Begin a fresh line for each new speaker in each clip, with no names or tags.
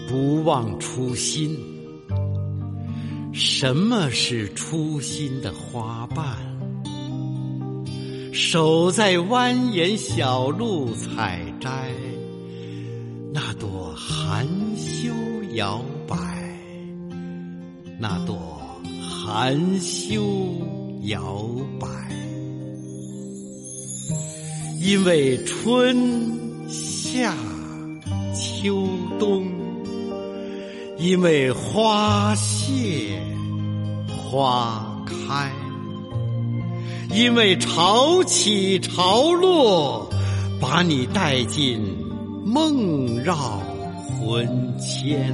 不忘初心。什么是初心的花瓣？手在蜿蜒小路采摘，那朵含羞摇摆，那朵含羞摇摆。因为春夏秋冬，因为花谢花开，因为潮起潮落，把你带进梦绕魂牵。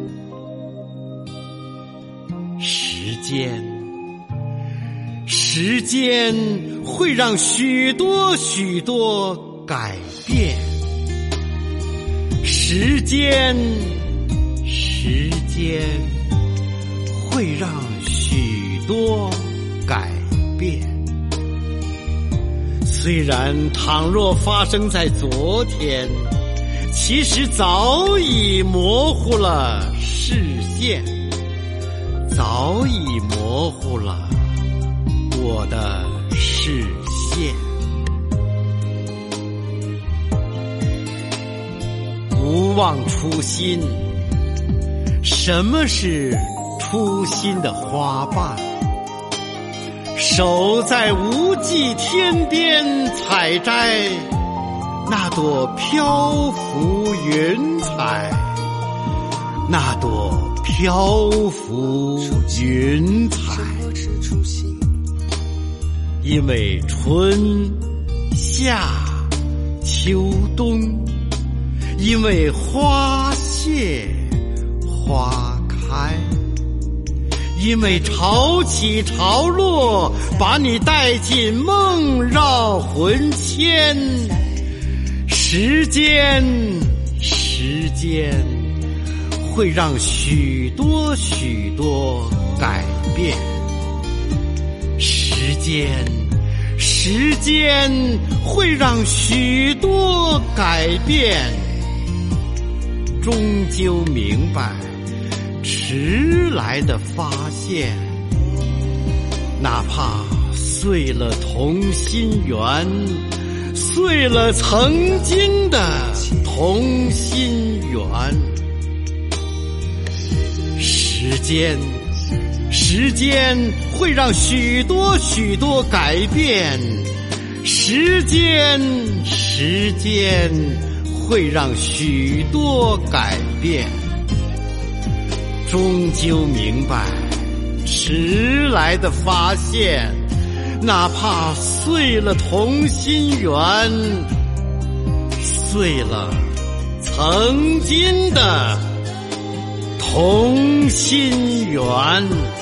时间会让许多改变，时间会让许多改变。虽然倘若发生在昨天，其实早已模糊了视线，早已模糊了我的视线。不忘初心。什么是初心的花瓣？手在无际天边采摘，那朵漂浮云彩，那朵漂浮云彩。因为春夏秋冬，因为花谢花开，因为潮起潮落，把你带进梦绕魂牵。时间会让许多改变，时间会让许多改变。终究明白迟来的发现，哪怕碎了同心圆，碎了曾经的同心圆。时间会让许多改变，时间会让许多改变。终究明白迟来的发现，哪怕碎了同心圆，碎了曾经的同心圆。